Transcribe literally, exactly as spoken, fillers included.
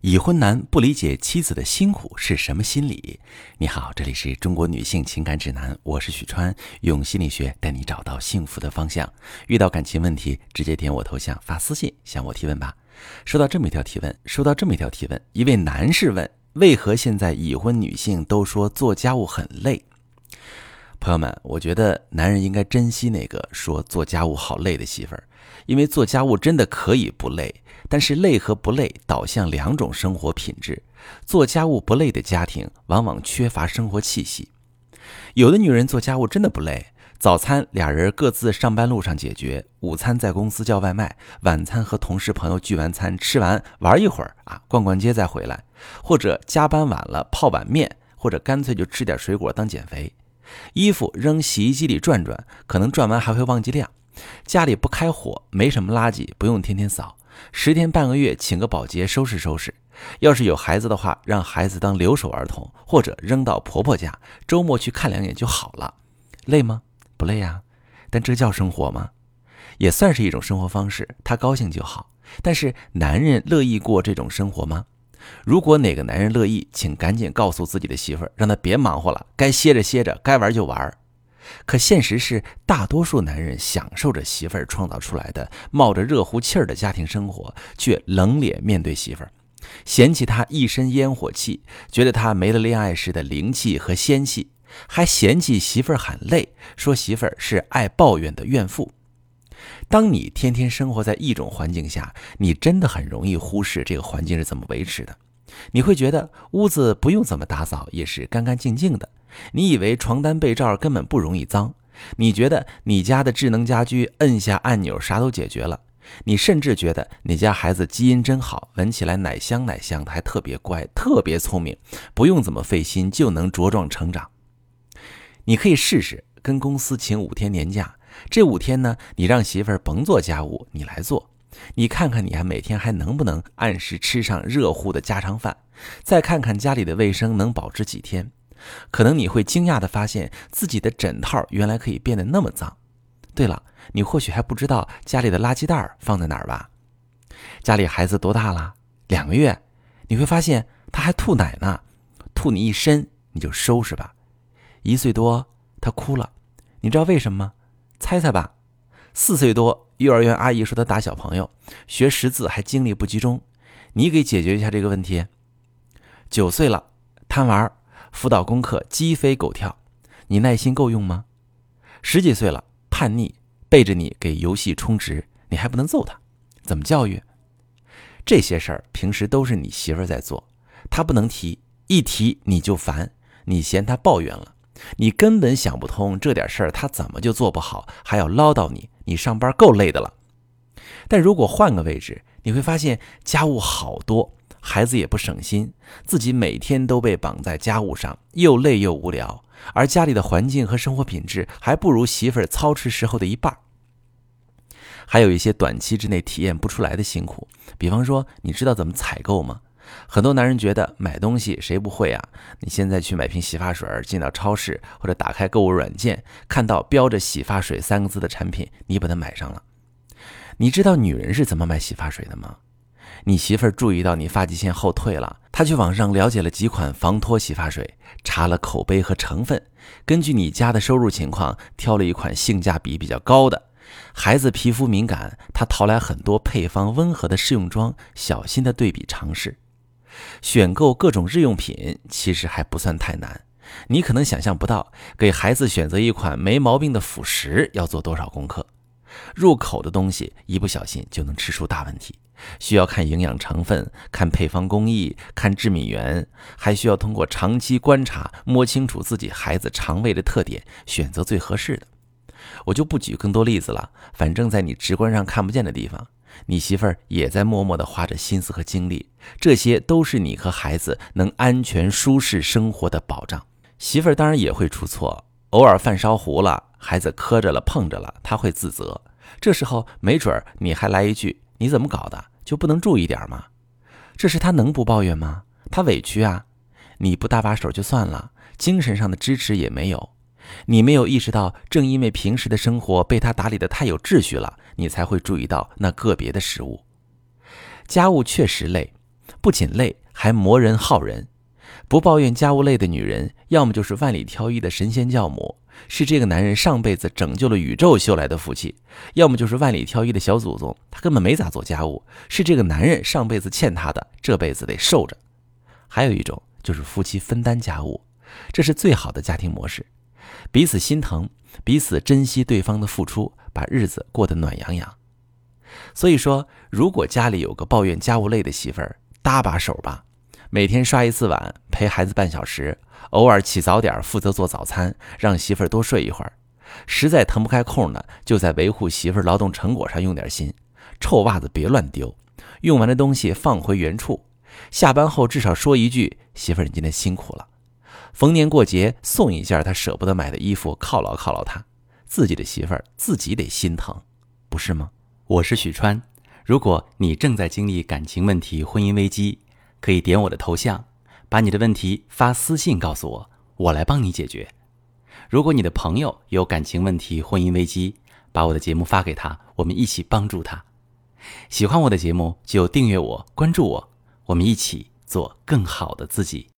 已婚男不理解妻子的辛苦是什么心理？你好，这里是中国女性情感指南，我是许川，用心理学带你找到幸福的方向。遇到感情问题，直接点我头像发私信向我提问吧。收到这么一条提问，收到这么一条提问，一位男士问：为何现在已婚女性都说做家务很累？朋友们，我觉得男人应该珍惜那个说做家务好累的媳妇儿，因为做家务真的可以不累，但是累和不累导向两种生活品质。做家务不累的家庭往往缺乏生活气息。有的女人做家务真的不累，早餐俩人各自上班路上解决，午餐在公司叫外卖，晚餐和同事朋友聚完餐吃完玩一会儿啊，逛逛街再回来，或者加班晚了泡碗面，或者干脆就吃点水果当减肥。衣服扔洗衣机里转转，可能转完还会忘记晾。家里不开火，没什么垃圾，不用天天扫，十天半个月请个保洁收拾收拾。要是有孩子的话，让孩子当留守儿童，或者扔到婆婆家，周末去看两眼就好了。累吗？不累啊。但这叫生活吗？也算是一种生活方式，他高兴就好。但是男人乐意过这种生活吗？如果哪个男人乐意，请赶紧告诉自己的媳妇儿，让他别忙活了，该歇着歇着，该玩就玩。可现实是，大多数男人享受着媳妇儿创造出来的冒着热乎气儿的家庭生活，却冷脸面对媳妇儿，嫌弃他一身烟火气，觉得他没了恋爱时的灵气和仙气，还嫌弃媳妇儿很累，说媳妇儿是爱抱怨的怨妇。当你天天生活在一种环境下，你真的很容易忽视这个环境是怎么维持的。你会觉得屋子不用怎么打扫也是干干净净的，你以为床单被罩根本不容易脏，你觉得你家的智能家居摁下按钮啥都解决了，你甚至觉得你家孩子基因真好，闻起来奶香奶香的，还特别乖，特别聪明，不用怎么费心就能茁壮成长。你可以试试跟公司请五天年假，这五天呢，你让媳妇儿甭做家务，你来做。你看看你还每天还能不能按时吃上热乎的家常饭，再看看家里的卫生能保持几天。可能你会惊讶地发现自己的枕套原来可以变得那么脏。对了，你或许还不知道家里的垃圾袋放在哪儿吧？家里孩子多大了？两个月，你会发现他还吐奶呢，吐你一身，你就收拾吧。一岁多，他哭了，你知道为什么吗？猜猜吧。四岁多，幼儿园阿姨说他打小朋友，学识字还精力不集中，你给解决一下这个问题。九岁了，贪玩，辅导功课鸡飞狗跳，你耐心够用吗？十几岁了，叛逆，背着你给游戏充值，你还不能揍他，怎么教育？这些事儿平时都是你媳妇儿在做，她不能提，一提你就烦，你嫌她抱怨了，你根本想不通这点事儿她怎么就做不好，还要唠叨你，你上班够累的了。但如果换个位置，你会发现家务好多，孩子也不省心，自己每天都被绑在家务上，又累又无聊，而家里的环境和生活品质还不如媳妇儿操持时候的一半。还有一些短期之内体验不出来的辛苦，比方说，你知道怎么采购吗？很多男人觉得买东西谁不会啊？你现在去买瓶洗发水，进到超市或者打开购物软件，看到标着洗发水三个字的产品，你把它买上了。你知道女人是怎么买洗发水的吗？你媳妇儿注意到你发际线后退了，她去网上了解了几款防脱洗发水，查了口碑和成分，根据你家的收入情况挑了一款性价比比较高的。孩子皮肤敏感，她淘来很多配方温和的试用装，小心的对比尝试。选购各种日用品其实还不算太难，你可能想象不到，给孩子选择一款没毛病的辅食要做多少功课。入口的东西一不小心就能吃出大问题，需要看营养成分，看配方工艺，看致敏源，还需要通过长期观察摸清楚自己孩子肠胃的特点，选择最合适的。我就不举更多例子了，反正在你直观上看不见的地方，你媳妇儿也在默默地花着心思和精力，这些都是你和孩子能安全舒适生活的保障。媳妇儿当然也会出错，偶尔饭烧糊了，孩子磕着了碰着了，他会自责，这时候没准你还来一句，你怎么搞的，就不能注意点吗？这时他能不抱怨吗？他委屈啊，你不搭把手就算了，精神上的支持也没有。你没有意识到，正因为平时的生活被他打理得太有秩序了，你才会注意到那个别的失误。家务确实累， 不仅累，还磨人耗人。不抱怨家务累的女人，要么就是万里挑一的神仙教母，是这个男人上辈子拯救了宇宙修来的福气；要么就是万里挑一的小祖宗，他根本没咋做家务，是这个男人上辈子欠他的，这辈子得受着。还有一种就是夫妻分担家务，这是最好的家庭模式，彼此心疼，彼此珍惜对方的付出，把日子过得暖洋洋。所以说，如果家里有个抱怨家务累的媳妇儿，搭把手吧，每天刷一次碗，陪孩子半小时，偶尔起早点负责做早餐，让媳妇儿多睡一会儿。实在腾不开空呢，就在维护媳妇儿劳动成果上用点心。臭袜子别乱丢，用完的东西放回原处。下班后至少说一句，媳妇儿你今天辛苦了。逢年过节送一件他舍不得买的衣服，犒劳犒劳他。自己的媳妇儿自己得心疼，不是吗？ 我是许川，如果你正在经历感情问题、婚姻危机，可以点我的头像，把你的问题发私信告诉我，我来帮你解决。如果你的朋友有感情问题、婚姻危机，把我的节目发给他，我们一起帮助他。喜欢我的节目就订阅我、关注我，我们一起做更好的自己。